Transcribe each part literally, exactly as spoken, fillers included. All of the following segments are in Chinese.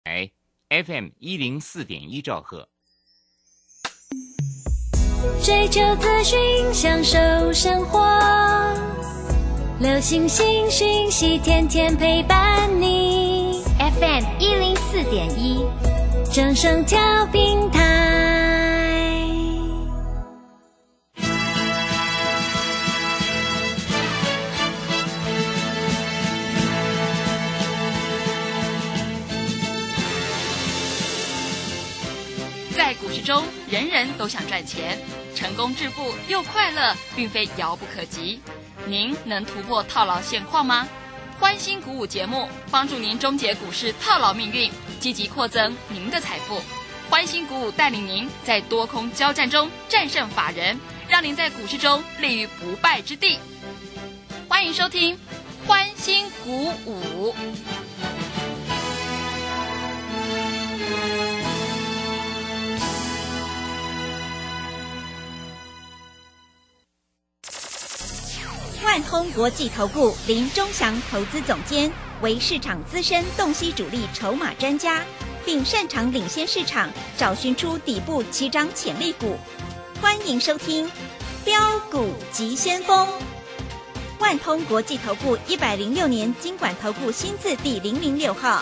F M 一零四点一兆赫。 追求资讯，享受生活，流行新讯息，天天陪伴你。F M 一零四点一，正声调频台。 在股市中，人人都想赚钱，成功致富又快乐，并非遥不可及。您能突破套牢现况吗？欢欣鼓舞节目帮助您终结股市套牢命运，积极扩增您的财富。欢欣鼓舞带领您在多空交战中战胜法人，让您在股市中立于不败之地。欢迎收听欢欣鼓舞。 万通国际投顾林钟祥投资总监为市场资深洞悉主力筹码专家，并擅长领先市场，找寻出底部起涨潜力股。欢迎收听标股急先锋。万通国际投顾一百零六年金管投顾新字第零零六号。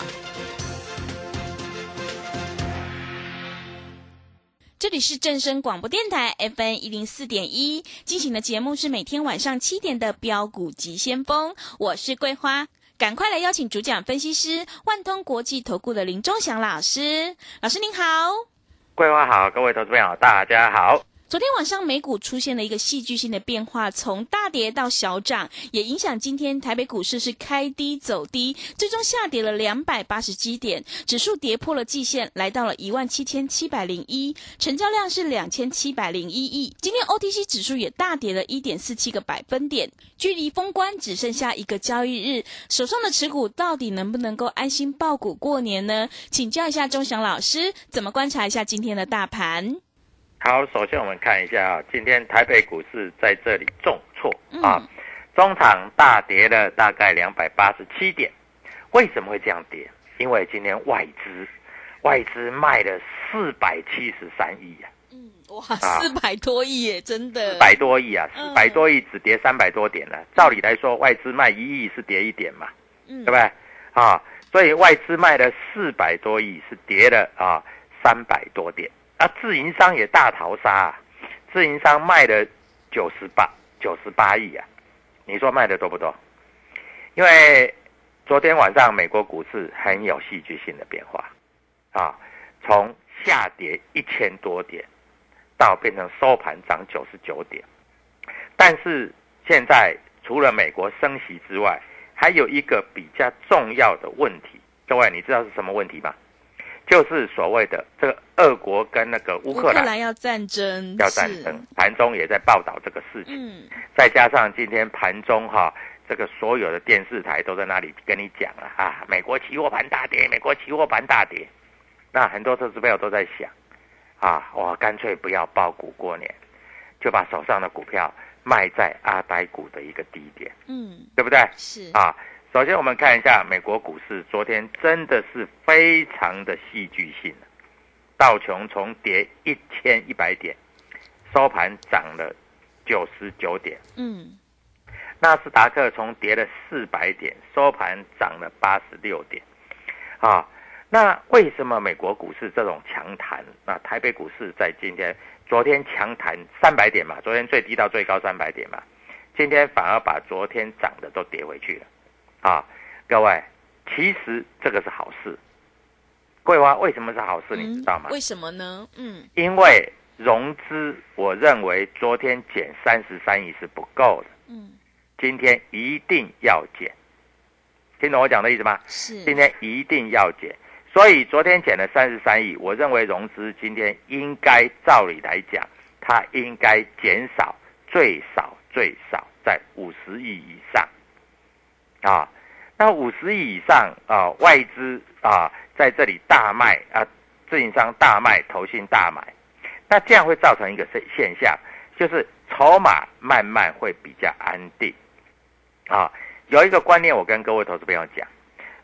这里是正声广播电台 F M 一零四点一，进行的节目是每天晚上七点的标股急先锋，我是桂花，赶快来邀请主讲分析师万通国际投顾的林钟祥老师。老师您好。 桂花好，各位投资朋友大家好。 昨天晚上美股出现了一个戏剧性的变化，从大跌到小涨，也影响今天台北股市是开低走低，最终下跌了两百八十基点，指数跌破了季线，来到了一万七千七百零一，成交量是两千七百零一亿。今天 O T C 指数也大跌了 一点四七个百分点，距离封关只剩下一个交易日，手上的持股到底能不能够安心抱股过年呢？请教一下钟祥老师，怎么观察一下今天的大盘？ 好，首先我们看一下啊，今天台北股市在这里重挫啊，嗯、中场大跌了大概两百八十七点。为什么会这样跌？因为今天外资外资卖了四百七十三亿啊， 嗯，哇，四百多亿耶，真的， 四百多亿啊，四百多亿只跌三百多点了。嗯、照理来说，外资卖一亿是跌一点嘛，嗯，对不对？啊，所以外资卖了四百多亿，是跌了啊三百多点。啊，自营商也大逃杀啊！自营商卖了九十八九十八亿啊，你说卖的多不多？因为昨天晚上美国股市很有戏剧性的变化啊，从下跌一千多点到变成收盘涨九十九点，但是现在除了美国升息之外，还有一个比较重要的问题，各位你知道是什么问题吗？就是所谓的这个俄国跟那个乌克兰, 乌克兰要战争， 要战争，盘中也在报道这个事情。嗯，再加上今天盘中哈，这个所有的电视台都在那里跟你讲了啊，美国期货盘大跌，美国期货盘大跌。那很多投资朋友都在想啊，我干脆不要抱股过年，就把手上的股票卖在阿呆股的一个低点。嗯，对不对？ 是啊。首先我们看一下美国股市，昨天真的是非常的戏剧性，道琼从跌一千一百点，收盘涨了九十九点。嗯，纳斯达克从跌了四百点，收盘涨了八十六点。啊，那为什么美国股市这种强弹？那台北股市在今天、昨天强弹三百点嘛，昨天最低到最高三百点嘛，今天反而把昨天涨的都跌回去了。啊，各位，其实这个是好事。桂花为什么是好事？你知道吗？ 嗯、为什么呢？嗯， 因为融资，我认为昨天减三十三亿是不够的。嗯，今天一定要减，听懂我讲的意思吗？ 是， 今天一定要减。所以昨天减了三十三亿，我认为融资今天应该照理来讲，它应该减少最少最少在五十亿以上。啊，那五十亿以上啊，外资啊在这里大卖啊，自营商大卖，投信大买，那这样会造成一个现象，就是筹码慢慢会比较安定。啊，有一个观念我跟各位投资朋友讲，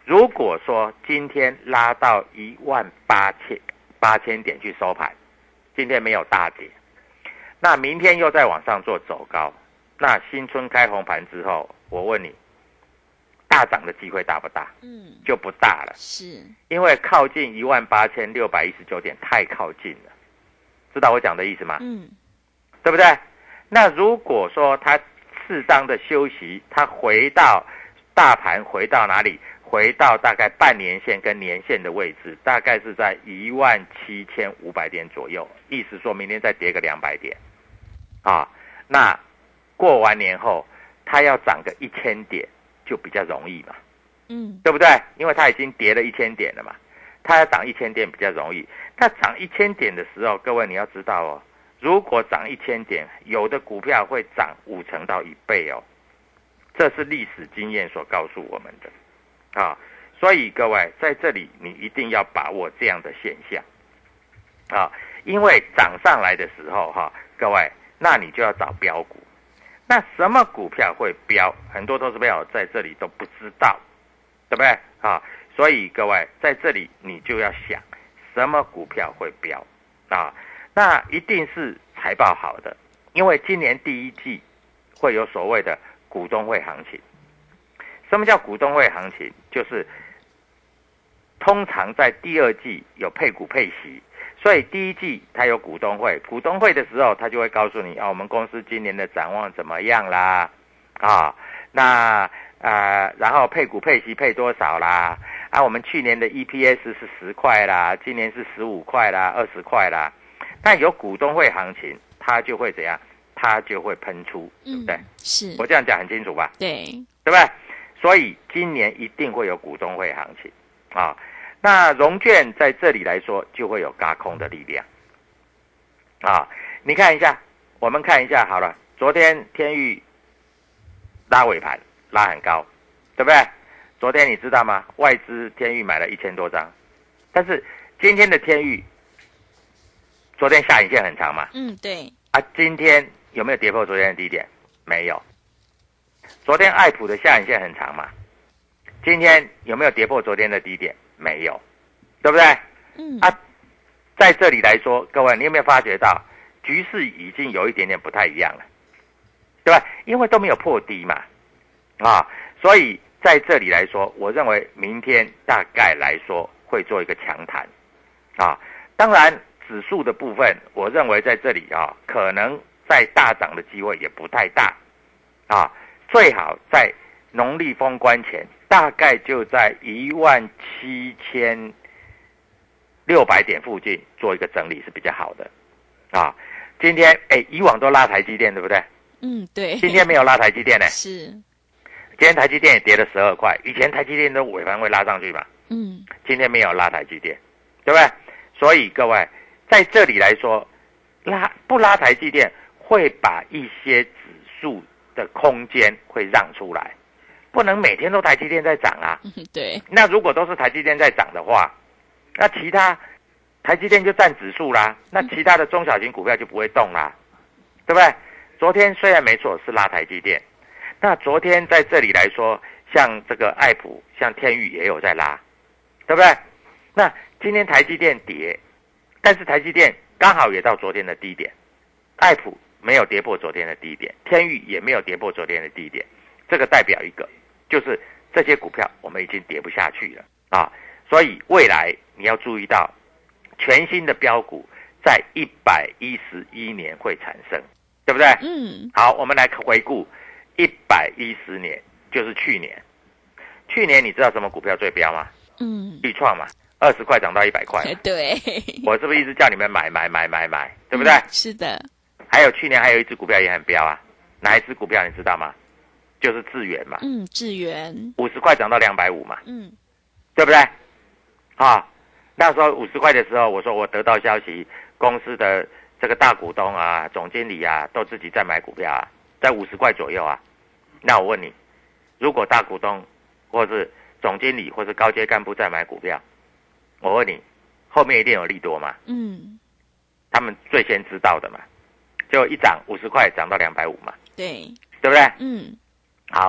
如果说今天拉到一万八千八千点去收盘，今天没有大跌，那明天又再往上做走高，那新春开红盘之后，我问你，大涨的机会大不大？嗯，就不大了。 是，因为靠近一万八千六百一十九点太靠近了，知道我讲的意思吗？嗯，对不对？那如果说它适当的休息，它回到大盘回到哪里？回到大概半年线跟年线的位置，大概是在一万七千五百点左右，意思说明天再跌个两百点，啊，那过完年后它要涨个一千点就比较容易嘛，嗯，对不对？因为它已经跌了一千点了嘛，它要涨一千点比较容易。它涨一千点的时候，各位你要知道哦，如果涨一千点，有的股票会涨五成到一倍哦，这是历史经验所告诉我们的。啊，所以各位在这里你一定要把握这样的现象啊，因为涨上来的时候哈、啊，各位，那你就要找标股。那什么股票会飙？很多投资朋友在这里都不知道，对不对啊？所以各位在这里你就要想什么股票会飙啊？那一定是财报好的，因为今年第一季会有所谓的股东会行情。什么叫股东会行情？就是通常在第二季有配股配息，所以第一季它有股东会，股东会的时候它就会告诉你啊，我们公司今年的展望怎么样啦，啊，那呃，然后配股配息配多少啦，啊，我们去年的 E P S 是十块啦，今年是十五块啦，二十块啦，但有股东会行情，它就会怎样？它就会喷出，对不对？ 嗯、是我这样讲很清楚吧？ 对， 对不对？所以今年一定会有股东会行情啊，那融券在这里来说就会有軋空的力量啊。你看一下，我们看一下好了，昨天天鈺拉尾盘拉很高，对不对？昨天你知道吗？外资天鈺买了一千多张，但是今天的天鈺，昨天下影线很长嘛， 嗯，对啊，今天有没有跌破昨天的低点？没有。昨天爱普的下影线很长嘛，今天有没有跌破昨天的低点？没有，对不对？嗯啊，在这里来说，各位你有没有发觉到局势已经有一点点不太一样了，对吧？因为都没有破低嘛，啊，所以在这里来说，我认为明天大概来说会做一个强弹，啊，当然指数的部分，我认为在这里啊，可能在大涨的机会也不太大，啊。最好在农历封关前，大概就在一万七千六百点附近做一个整理是比较好的啊。今天哎，以往都拉台积电，对不对？ 嗯，对。 今天没有拉台积电呢。 是。 今天台积电也跌了十二块，以前台积电都尾盘会拉上去嘛。嗯。今天没有拉台积电，对不对？所以各位在这里来说，拉不拉台积电会把一些指数的空间会让出来，不能每天都台积电在涨啊。 对。 那如果都是台积电在涨的话，那其他台积电就占指数啦，那其他的中小型股票就不会动啦，对不对？昨天虽然没错是拉台积电，那昨天在这里来说，像这个爱普、像天鈺也有在拉，对不对？那今天台积电跌，但是台积电刚好也到昨天的低点，爱普没有跌破昨天的低点，天鈺也没有跌破昨天的低点，这个代表一个就是这些股票我们已经跌不下去了啊，所以未来你要注意到全新的标股在一百一十一年会产生，对不对？嗯。好，我们来回顾一百一十年，就是去年。去年你知道什么股票最标吗？嗯，裕创嘛，二十块涨到一百块。 对。 我是不是一直叫你们买买买买买，对不对？ 嗯、是的。 还有去年还有一只股票也很标啊，哪一只股票你知道吗？就是智原嘛。 嗯，智原五十块涨到两百五嘛。 嗯， 对不对？啊，那时候五十块的时候，我说我得到消息，公司的这个大股东啊、总经理啊，都自己在买股票啊，在五十块左右啊。那我问你，如果大股东或是总经理或是高阶干部在买股票，我问你，后面一定有利多吗？嗯，他们最先知道的嘛。就一涨五十块涨到两百五嘛， 对， 对不对？ 嗯， 好，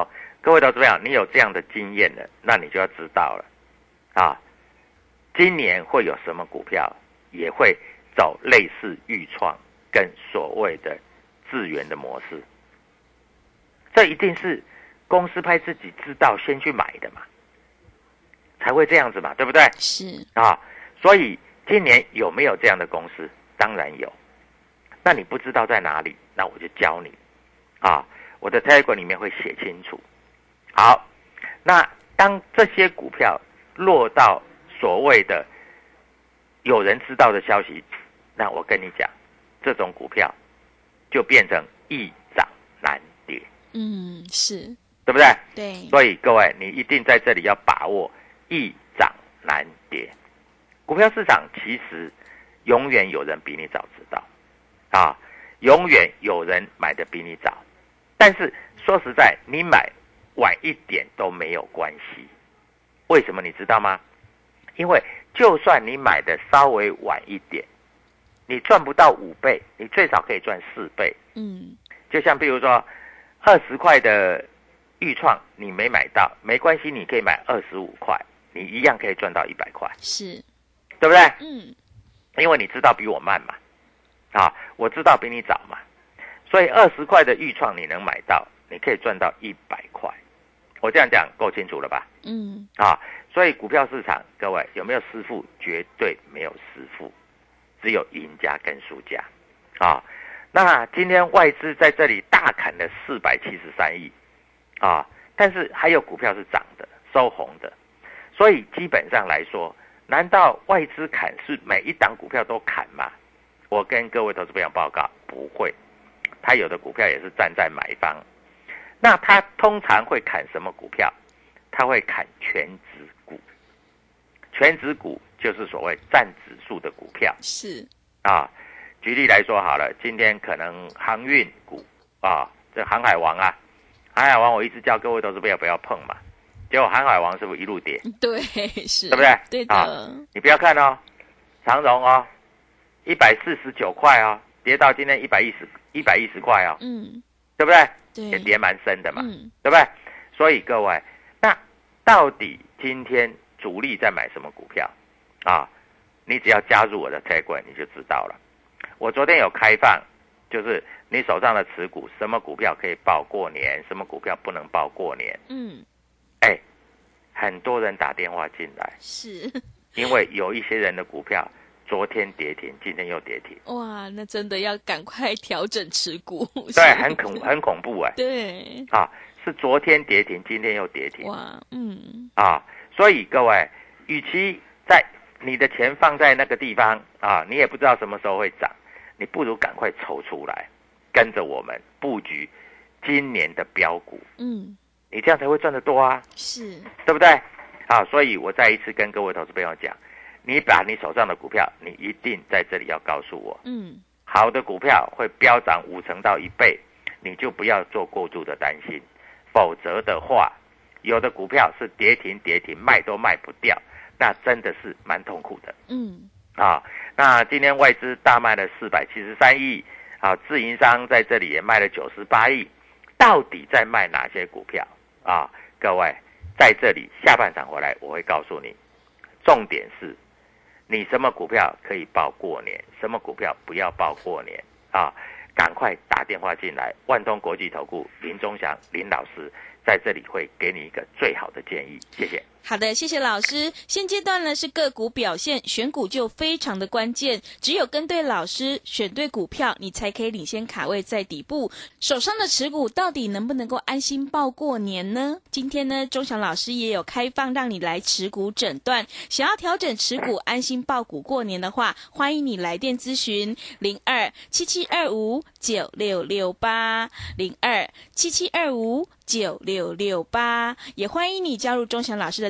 各位投资朋友，你有这样的经验了，那你就要知道了啊，今年会有什么股票也会走类似钰创跟所谓的智原的模式，这一定是公司派自己知道先去买的嘛，才会这样子嘛，对不对？ 是啊，所以今年有没有这样的公司？当然有。那你不知道在哪里，那我就教你啊，我的 Telegram 里面会写清楚。好，那当这些股票落到所谓的有人知道的消息，那我跟你讲，这种股票就变成易涨难跌。 嗯，是， 对不对？ 对。 所以各位，你一定在这里要把握易涨难跌。股票市场其实永远有人比你早知道，啊，永远有人买的比你早。但是说实在，你买晚一点都没有关系。为什么你知道吗？因为就算你买的稍微晚一点，你赚不到五倍，你最少可以赚四倍。 嗯， 就像比如说二十块的钰创你没买到，没关系，你可以买二十五块，你一样可以赚到一百块， 是， 对不对？ 嗯， 因为你知道比我慢嘛，啊，我知道比你早嘛，所以二十块的钰创你能买到，你可以赚到一百块。我这样讲够清楚了吧？ 嗯， 啊，所以股票市场，各位有没有师傅？绝对没有师傅，只有赢家跟输家。啊，那今天外资在这里大砍了四百七十三亿，啊，但是还有股票是涨的，收红的，所以基本上来说，难道外资砍是每一档股票都砍吗？我跟各位投资朋友报告，不会，他有的股票也是站在买方。那他通常会砍什么股票？他会砍全指股。全指股就是所谓占指数的股票。 是啊，举例来说好了，今天可能航运股啊，这航海王啊，航海王我一直叫各位投资朋友不要碰嘛，结果航海王是不是一路跌？ 对，是， 对不对？ 对的。 啊，你不要看哦，长荣哦，一百四十九块哦，跌到今天一百一十一百一十块哦， 嗯， 对不对？ 对， 也跌蛮深的嘛， 嗯， 对不对？所以各位，那到底今天主力在买什么股票啊？你只要加入我的 Telegram 你就知道了。我昨天有开放，就是你手上的持股，什么股票可以报过年，什么股票不能报过年。 嗯， 哎，很多人打电话进来， 是， 因为有一些人的股票昨天跌停，今天又跌停。 哇，那真的要赶快调整持股。 对，很恐很恐怖哎。 对， 啊，是昨天跌停，今天又跌停。 哇，嗯， 啊，所以各位，与其在你的钱放在那个地方啊，你也不知道什么时候会涨，你不如赶快抽出来，跟着我们布局今年的标股。 嗯， 你这样才会赚得多啊， 是， 对不对？啊，所以我再一次跟各位投资朋友讲，你把你手上的股票，你一定在这里要告诉我， 嗯， 好的股票会飙涨五成到一倍，你就不要做过度的担心，否则的话，有的股票是跌停跌停，卖都卖不掉，那真的是蛮痛苦的。 嗯， 啊，那今天外资大卖了四百七十三亿，啊，自营商在这里也卖了九十八亿，到底在卖哪些股票啊？各位在这里下半场回来我会告诉你，重点是你什么股票可以报过年，什么股票不要报过年啊？赶快打电话进来，万通国际投顾林宗祥林老师在这里会给你一个最好的建议，谢谢。 好的，谢谢老师。现阶段呢是个股表现，选股就非常的关键，只有跟对老师，选对股票，你才可以领先卡位在底部。手上的持股到底能不能够安心报过年呢？今天呢，钟祥老师也有开放让你来持股诊断，想要调整持股安心报股过年的话，欢迎你来电咨询零二七七二五九六六八零二七七二五九六六八，也欢迎你加入钟祥老师的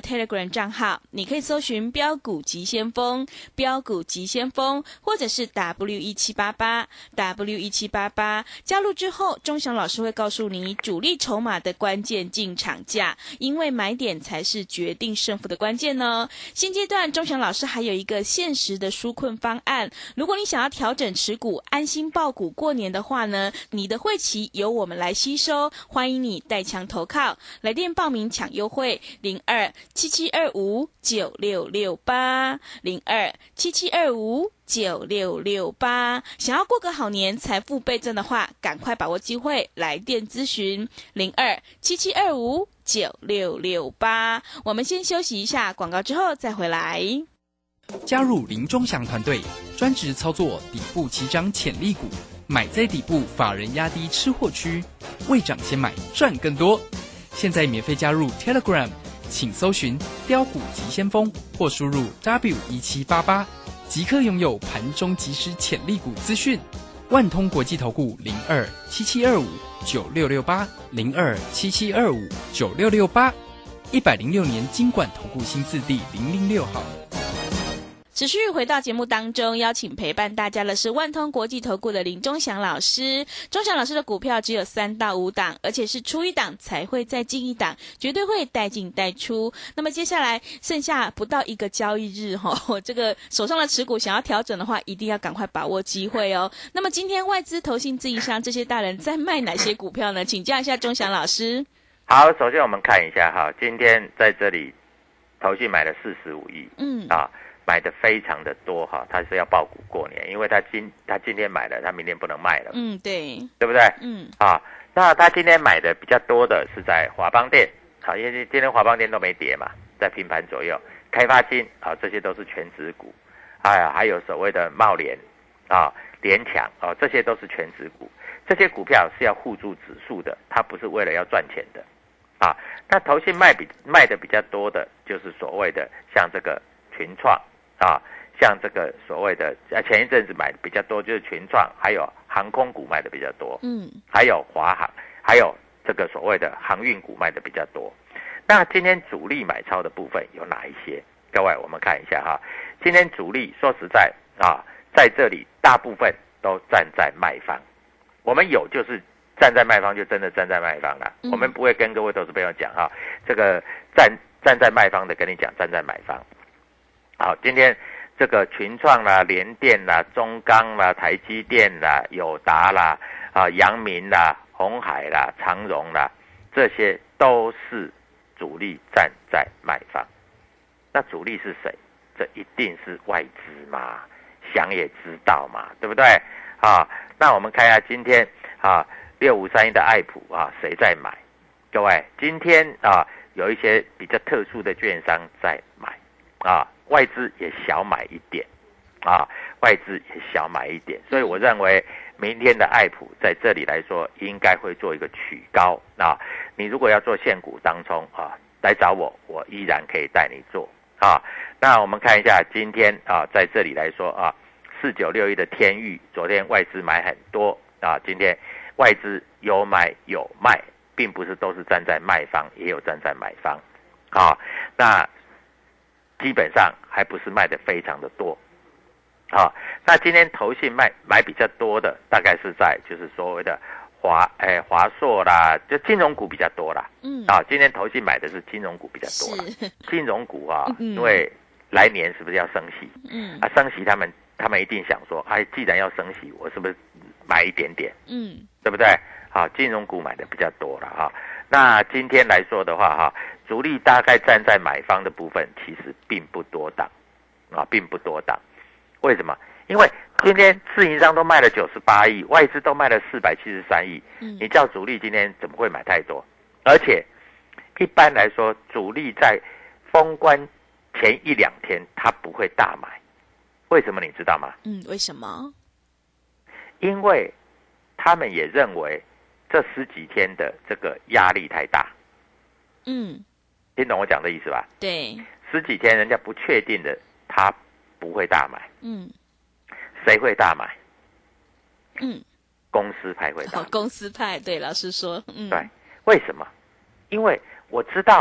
Telegram 账号，你可以搜寻标股急先锋，标股急先锋，或者是 W 一七八八 W 一七八八，加入之后，钟祥老师会告诉你主力筹码的关键进场价，因为买点才是决定胜负的关键呢。现阶段钟祥老师还有一个限时的纾困方案，如果你想要调整持股安心抱股过年的话呢，你的会期由我们来吸收，欢迎你带枪投靠，来电报名抢优惠零二七七二五九六六八 零二七七二五九六六八。想要过个好年，财富倍增的话，赶快把握机会，来电咨询零二七七二五九六六八。我们先休息一下广告，之后再回来。 加入林钟祥团队，专职操作底部起涨潜力股，买在底部，法人压低吃货区，未涨先买赚更多。现在免费加入 Telegram， 请搜寻标股急先锋或输入 W 一七八八，即刻拥有盘中即时潜力股资讯。万通国际投顾零二七七二五九六六八零二七七二五九六六八，一百零六年金管投顾新字第零零六号。 持续回到节目当中，邀请陪伴大家的是万通国际投顾的林钟祥老师。钟祥老师的股票只有三到五档，而且是出一档才会再进一档，绝对会带进带出。那么接下来剩下不到一个交易日齁，这个手上的持股想要调整的话，一定要赶快把握机会哦。那么今天外资、投信、自营商这些大人在卖哪些股票呢？请教一下钟祥老师。 好，首先我们看一下哈，今天在这里投信买了四十五亿，嗯啊。买的非常的多哈，他是要抱股过年，因为他今他今天买了，他明天不能卖了，嗯，对，对不对？嗯，啊，那他今天买的比较多的是在华邦电，好，因为今天华邦电都没跌嘛，在平盘左右，开发金啊，这些都是全指股，哎，还有所谓的茂联啊、联强啊，这些都是全指股，这些股票是要护住指数的，它不是为了要赚钱的，啊，那投信卖比卖的比较多的就是所谓的像这个群创。啊，像这个所谓的前一阵子买的比较多，就是群创，还有航空股卖的比较多，嗯，还有华航，还有这个所谓的航运股卖的比较多。那今天主力买超的部分有哪一些？各位，我们看一下哈。今天主力说实在啊，在这里大部分都站在卖方，我们有就是站在卖方，就真的站在卖方了。嗯、我们不会跟各位投资朋友讲哈，这个站站在卖方的跟你讲站在买方。好，今天这个群创啦、联电啦、中钢啦、台积电啦、友达啦、啊阳明啦、鸿海啦、长荣啦，这些都是主力站在卖方。那主力是谁？这一定是外资嘛，想也知道嘛，对不对？啊，那我们看一下今天啊六五三一的爱普啊，谁在买？各位，今天啊有一些比较特殊的券商在买啊。外资也小买一点，啊，外资也小买一点，所以我认为明天的爱普在这里来说，应该会做一个取高啊。你如果要做现股当冲啊，来找我，我依然可以带你做啊。那我们看一下今天啊，在这里来说啊，四九六一的天钰，昨天外资买很多啊，今天外资有买有卖，并不是都是站在卖方，也有站在买方啊。那基本上还不是卖的非常的多，啊，那今天投信卖买比较多的，大概是在就是所谓的华诶华硕啦，就金融股比较多啦，嗯，啊，今天投信买的是金融股比较多啦，金融股啊，嗯、因为来年是不是要升息？嗯，啊，升息他们他们一定想说，哎，既然要升息，我是不是买一点点？嗯，对不对？好，金融股买的比较多了哈。那今天来说的话哈，主力大概站在买方的部分，其实并不多档，啊，并不多档。为什么？因为今天自营商都卖了九十八亿，外资都卖了四百七十三亿，嗯，你叫主力今天怎么会买太多？而且一般来说，主力在封关前一两天他不会大买，为什么你知道吗？ 嗯，为什么？ 因为他们也认为这十几天的这个压力太大。嗯，听懂我讲的意思吧？ 对， 十几天人家不确定的，他不会大买。嗯，谁会大买？嗯，公司派会大买。 公司派，对，老师说，嗯， 对，为什么？因为我知道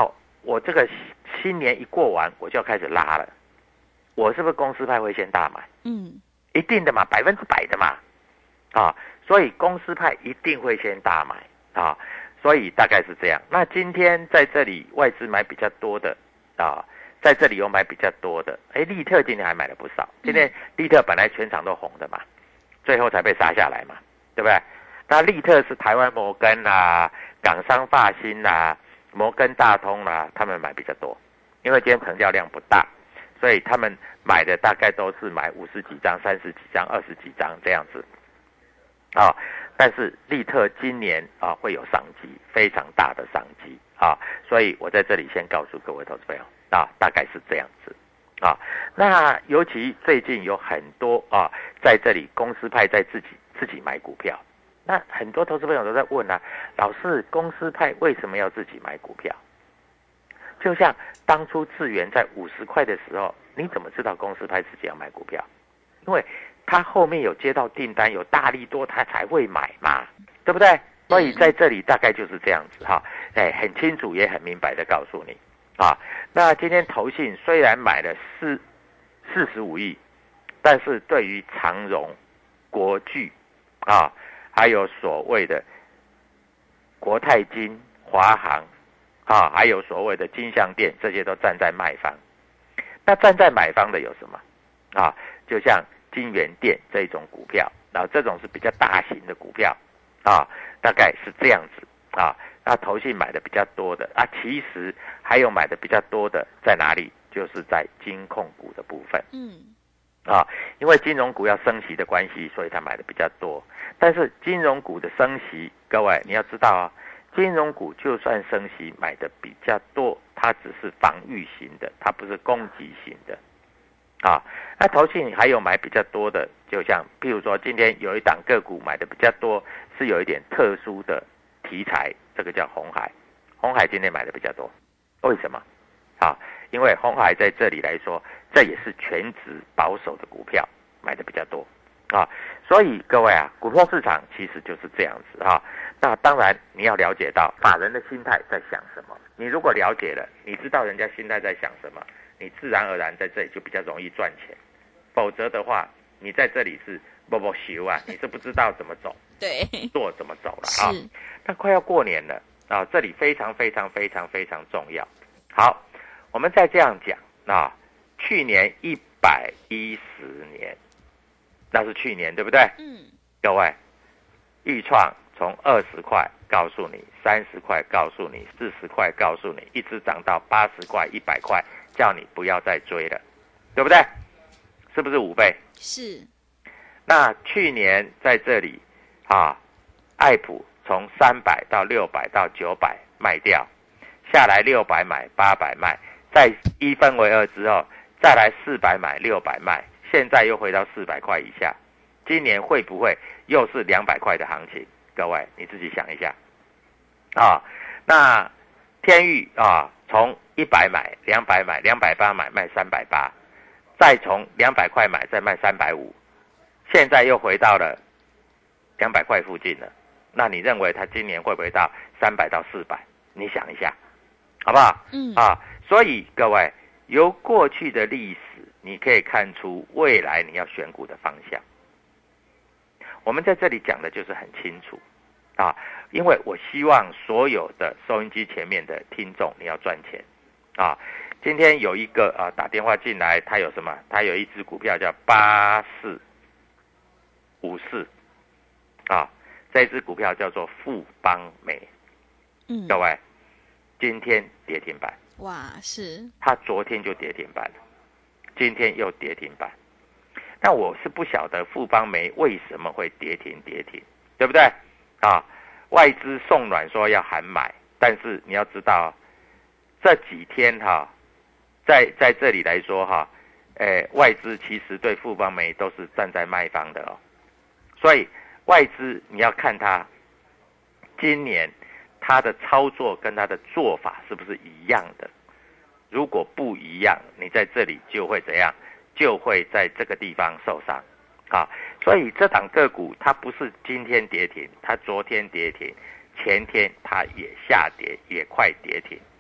我这个新年一过完，我就要开始拉了，我是不是公司派会先大买？ 嗯， 一定的嘛，百分之百的嘛，啊，所以公司派一定会先大买啊，所以大概是这样。那今天在这里外资买比较多的啊，在这里有买比较多的，哎，利特今天还买了不少，今天利特本来全场都红的嘛，最后才被杀下来嘛，对不对？那利特是台湾摩根啊、港商发新啊、摩根大通啊，他们买比较多，因为今天成交量不大，所以他们买的大概都是买五十几张、三十几张、二十几张这样子啊。但是利特今年啊会有商机，非常大的商机啊，所以我在这里先告诉各位投资朋友啊，大概是这样子啊。那尤其最近有很多啊，在这里公司派在自己自己买股票，那很多投资朋友都在问啊，老师，公司派为什么要自己买股票？就像当初智原在五十块的时候，你怎么知道公司派自己要买股票？因为他后面有接到订单，有大利多，他才会买嘛，对不对？所以在这里大概就是这样子哈，哎，很清楚也很明白的告诉你啊。那今天投信虽然买了四四十五亿，但是对于长荣、国巨啊，还有所谓的国泰金、华航啊，还有所谓的金像电，这些都站在卖方。那站在买方的有什么啊？就像金源电这种股票，然后这种是比较大型的股票啊，大概是这样子啊。那投信买的比较多的啊，其实还有买的比较多的在哪里？就是在金控股的部分。 嗯， 啊，因为金融股要升息的关系，所以他买的比较多。但是金融股的升息，各位你要知道啊，金融股就算升息买的比较多，它只是防御型的，它不是攻击型的。啊，那投信还有买比较多的，就像譬如说今天有一档个股买的比较多，是有一点特殊的题材，这个叫鸿海。鸿海今天买的比较多，为什么？啊，因为鸿海在这里来说，这也是全值保守的股票，买的比较多啊。所以各位啊，股票市场其实就是这样子啊。那当然你要了解到法人的心态在想什么，你如果了解了，你知道人家心态在想什么，你自然而然在这里就比较容易赚钱。否则的话，你在这里是不不修啊，你是不知道怎么走， 对， 做怎么走了啊。那快要过年了啊，这里非常非常非常非常重要。好，我们再这样讲啊，去年一百一十年，那是去年对不对？ 嗯。 各位，豫创从二十块告诉你，三十块告诉你，四十块告诉你，一直涨到八十块、一百块，叫你不要再追了，对不对？是不是五倍？ 是。 那去年在这里啊，爱普从三百到六百到九百卖掉，下来六百买，八百卖，再一分为二之后，再来四百买，六百卖，现在又回到四百块以下。今年会不会又是两百块的行情？各位你自己想一下啊。那天钰啊，从一百买，两百买，两百八买，卖三百八，再从两百块买，再卖三百五，现在又回到了两百块附近了。那你认为它今年会不会到三百到四百？你想一下，好不好？ 嗯啊，所以各位由过去的历史，你可以看出未来你要选股的方向。我们在这里讲的就是很清楚啊，因为我希望所有的收音机前面的听众你要赚钱啊。今天有一个啊打电话进来，他有什么？他有一只股票叫八四五四啊，这只股票叫做富邦美。 嗯， 各位，今天跌停板。 哇，是。 他昨天就跌停板了，今天又跌停板。那我是不晓得富邦煤为什么会跌停跌停，对不对？啊，外资送软说要喊买，但是你要知道，这几天哈、啊，在在这里来说哈、啊，诶，外资其实对富邦煤都是站在卖方的哦，所以外资你要看它今年它的操作跟它的做法是不是一样的？如果不一样，你在这里就会怎样？就会在这个地方受伤，啊，所以这档个股它不是今天跌停，它昨天跌停，前天它也下跌，也快跌停。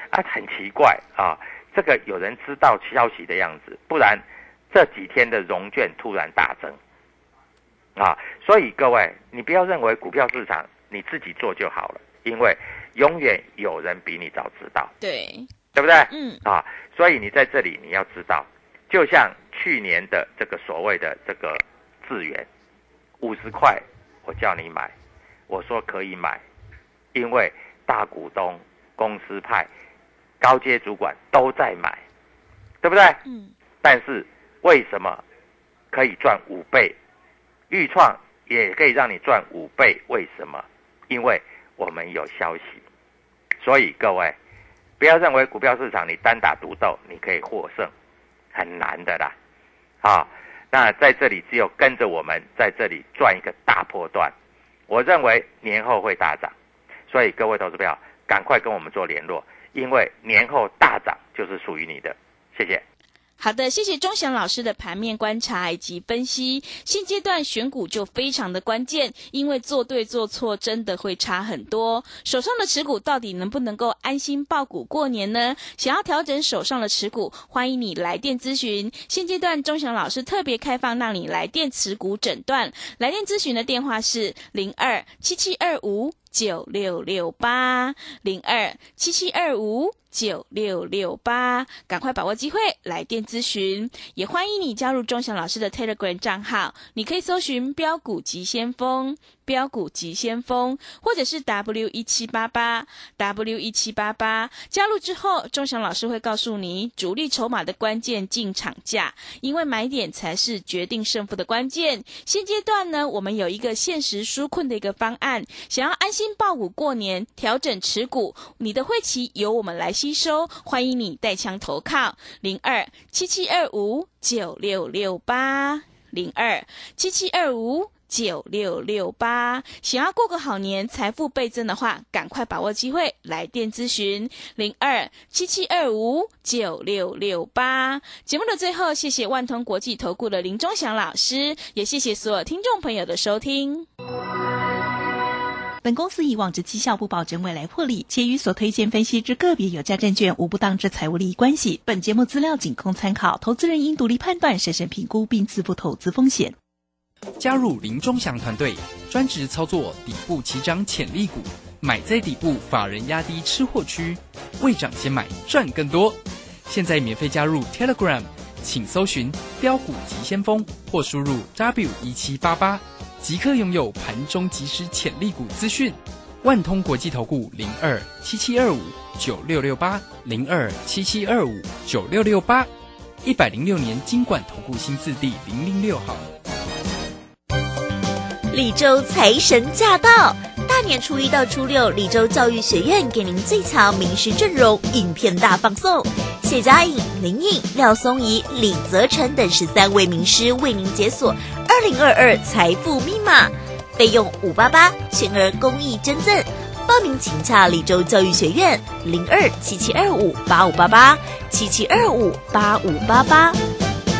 啊，很奇怪啊，这个有人知道消息的样子，不然这几天的融券突然大增啊，所以各位，你不要认为股票市场你自己做就好了，因为永远有人比你早知道， 对， 对不对？ 嗯啊，所以你在这里你要知道，就像去年的这个所谓的这个智原五十块，我叫你买，我说可以买，因为大股东、公司派、高阶主管都在买，对不对？ 嗯。 但是为什么可以赚五倍？豫创也可以让你赚五倍，为什么？因为我们有消息。所以各位，不要认为股票市场你单打独斗你可以获胜，很难的啦。啊，那在这里只有跟着我们在这里赚一个大波段，我认为年后会大涨。所以各位投资朋友，赶快跟我们做联络，因为年后大涨就是属于你的。谢谢。 好的，谢谢钟祥老师的盘面观察以及分析。现阶段选股就非常的关键，因为做对做错真的会差很多。手上的持股到底能不能够安心抱股过年呢？想要调整手上的持股，欢迎你来电咨询。现阶段钟祥老师特别开放让你来电持股诊断，来电咨询的电话是零二七七二五九六六八零二七七二五九六六八，赶快把握机会来电咨询，也欢迎你加入钟祥老师的 Telegram 账号，你可以搜寻标股急先锋标股急先锋，或者是 W 一七八八 W 一七八八， 加入之后钟祥老师会告诉你主力筹码的关键进场价，因为买点才是决定胜负的关键。现阶段呢，我们有一个限时纾困的一个方案，想要安心抱股过年，调整持股，你的会期由我们来吸收，欢迎你带枪投靠零二七七二五九六六八零二七七二五九六六八，想要过个好年，财富倍增的话，赶快把握机会来电咨询零二七七二五九六六八。节目的最后，谢谢万通国际投顾的林钟祥老师，也谢谢所有听众朋友的收听。 本公司以往之绩效不保证未来获利，且与所推荐分析之个别有价证券无不当之财务利益关系。本节目资料仅供参考，投资人应独立判断、审慎评估并自负投资风险。 加入林钟祥团队，专职操作底部起涨潜力股，买在底部，法人压低吃货区，未涨先买赚更多。现在免费加入 Telegram， 请搜寻标股急先锋或输入 W 一七八八， 即刻拥有盘中即时潜力股资讯。万通国际投顾零二七七二五九六六八零二七七二五九六六八，一百零六年金管投顾新字第零零六号。 李州财神驾到！大年初一到初六，李州教育学院给您最强名师阵容，影片大放送。谢佳颖、林颖、廖松怡、李泽成等十三位名师为您解锁二零二二财富密码，费用五八八，全额公益捐赠。报名请洽李州教育学院零二七七二五八五八八七七二五八五八八。